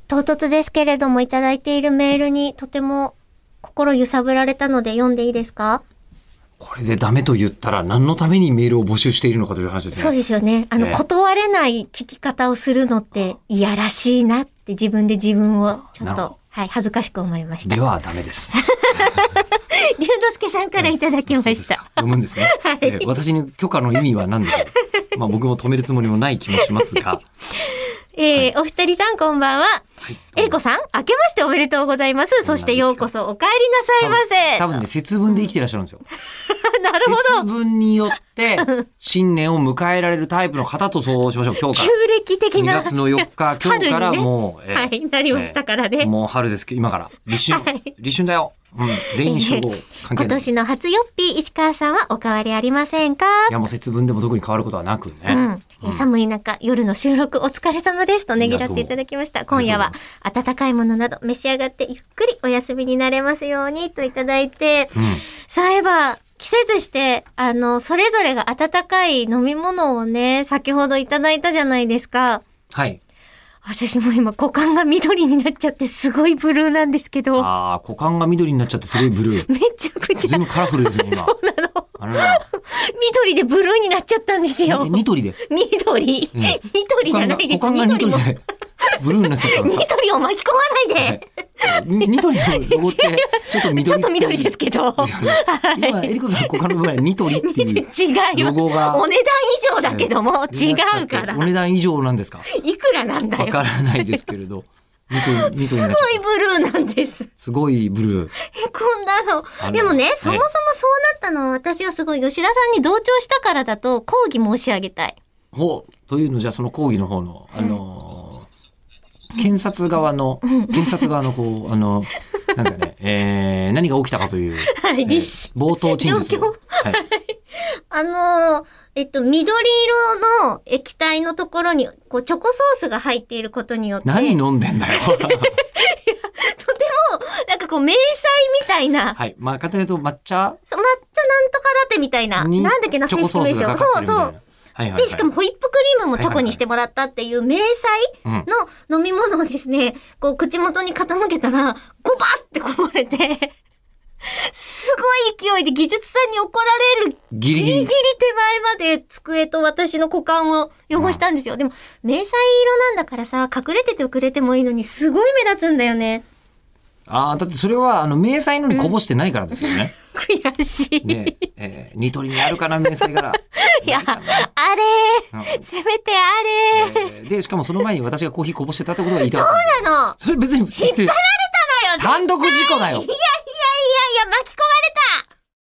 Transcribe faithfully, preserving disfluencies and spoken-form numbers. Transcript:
唐突ですけれどもいただいているメールにとても心揺さぶられたので読んでいいですか？ これでダメと言ったら何のためにメールを募集しているのかという話ですね。 そうですよね。あの、 ね、 断れない聞き方をするのっていやらしいなって自分で自分をちょっと、はい、恥ずかしく思いました。 ではダメです。 龍之介さんからいただきました。 読むんですね。はい、えー、私に許可の意味は何でしょう。まあ僕も止めるつもりもない気もしますが。 えーはい、お二人さんこんばんは。はい、えりこさん、明けましておめでとうございます。そしてようこそお帰りなさいませ。 多分ね、節分で生きてらっしゃるんですよ。 なるほど。 節分によって新年を迎えられるタイプの方とそうしましょう。今日から。 旧暦的な。 にがつのよっか、今日からもう、 ね、えー、はい、なりましたからね。えー、 もう春ですけど、今から。立春。はい、立春だよ。うん、全員集合。関係ない。 今年の初よっぴー石川さんはお変わりありませんか？ いや、もう節分でも特に変わることはなくね。 うんうん、寒い中、夜の収録お疲れ様ですとねぎらっていただきました。今夜は温かいものなど召し上がってゆっくりお休みになれますようにといただいて、うん、そういえば季節して、あの、それぞれが温かい飲み物をね、先ほどいただいたじゃないですか。 はい。 私も今股間が緑になっちゃってすごいブルーなんですけど。 ああ、股間が緑になっちゃってすごいブルー。 めちゃくちゃ。 全部カラフルですね、今。 そうなの。 あら緑でブルーになっちゃったんですよ。 緑で緑、うん、緑じゃないです。 股間が緑でブルーになっちゃったんですか？ 緑を巻き込まないで。 ニトリのロゴってちょっと緑ちょっと緑ですけど、 今エリコさん股間の部分はニトリっていうロゴがお値段以上だけども違うから。 お値段以上なんですか？ いくらなんだよ。 わからないですけれど。ニトリ、ニトリすごいブルーなんです。 すごいブルー。 へこんだの。でもね、そもそもそうなったのは私はすごい吉田さんに同調したからだと抗議申し上げたい。 ほう。というのじゃあその抗議の方の、あのー、検察側の、検察側のこう、あの、なんですかね、えー、何が起きたかという、 はい、 えー、冒頭陳述を。はい、あのー、えっと、緑色の液体のところに、こう、チョコソースが入っていることによって。 何飲んでんだよ。 とても、なんかこう、迷彩みたいな。 はい。まあ、かというと抹茶抹茶なんとかラテみたいな。なんだっけな、正式名称。そうそう。はいはいはい、で、しかもホイップクリームもチョコにしてもらったっていう迷彩の飲み物をですね、こう口元に傾けたら、ゴバってこぼれて、すごい勢いで技術さんに怒られるギリギリ手前まで机と私の股間を汚したんですよ。うん、でも、迷彩色なんだからさ、隠れててくれてもいいのにすごい目立つんだよね。 ああ、だってそれは、あの、迷彩のにこぼしてないからですよね。 うん、悔しい。 ねえー、ニトリにあるかな、迷彩柄。 いや、あれー、うん、せめてあれー、 えー。で、しかもその前に私がコーヒーこぼしてたってことが言いたかった。そうなの。 それ別に。 引っ張られたのよ。 単独事故だよ。 いやいや、